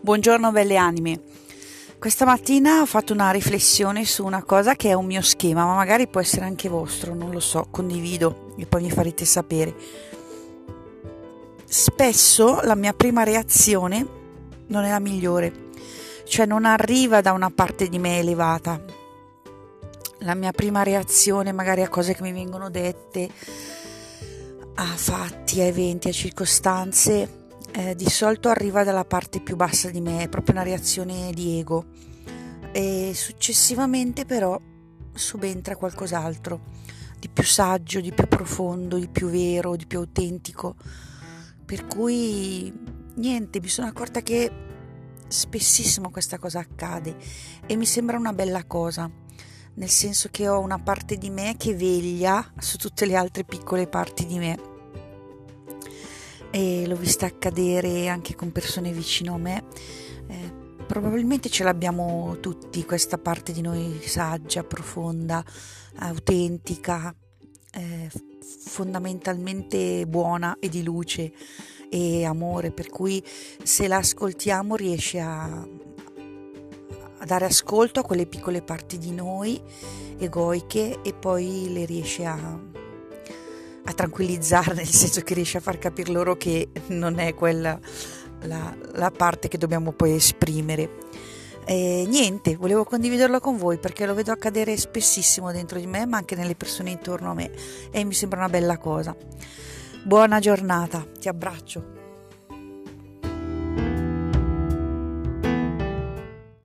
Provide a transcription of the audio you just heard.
Buongiorno belle anime. Questa mattina ho fatto una riflessione su una cosa che è un mio schema, ma magari può essere anche vostro, non lo so, condivido e poi mi farete sapere. Spesso la mia prima reazione non è la migliore, cioè non arriva da una parte di me elevata. La mia prima reazione magari a cose che mi vengono dette, a fatti, a eventi, a circostanze, di solito arriva dalla parte più bassa di me, è proprio una reazione di ego e successivamente però subentra qualcos'altro di più saggio, di più profondo, di più vero, di più autentico, per cui niente, mi sono accorta che spessissimo questa cosa accade e mi sembra una bella cosa, nel senso che ho una parte di me che veglia su tutte le altre piccole parti di me. E l'ho vista accadere anche con persone vicino a me. Probabilmente ce l'abbiamo tutti questa parte di noi saggia, profonda, autentica, fondamentalmente buona e di luce e amore, per cui se la ascoltiamo riesce a dare ascolto a quelle piccole parti di noi egoiche e poi le riesce a tranquillizzare, nel senso che riesce a far capire loro che non è quella la parte che dobbiamo poi esprimere. Niente, volevo condividerlo con voi perché lo vedo accadere spessissimo dentro di me, ma anche nelle persone intorno a me, e mi sembra una bella cosa. Buona giornata, ti abbraccio.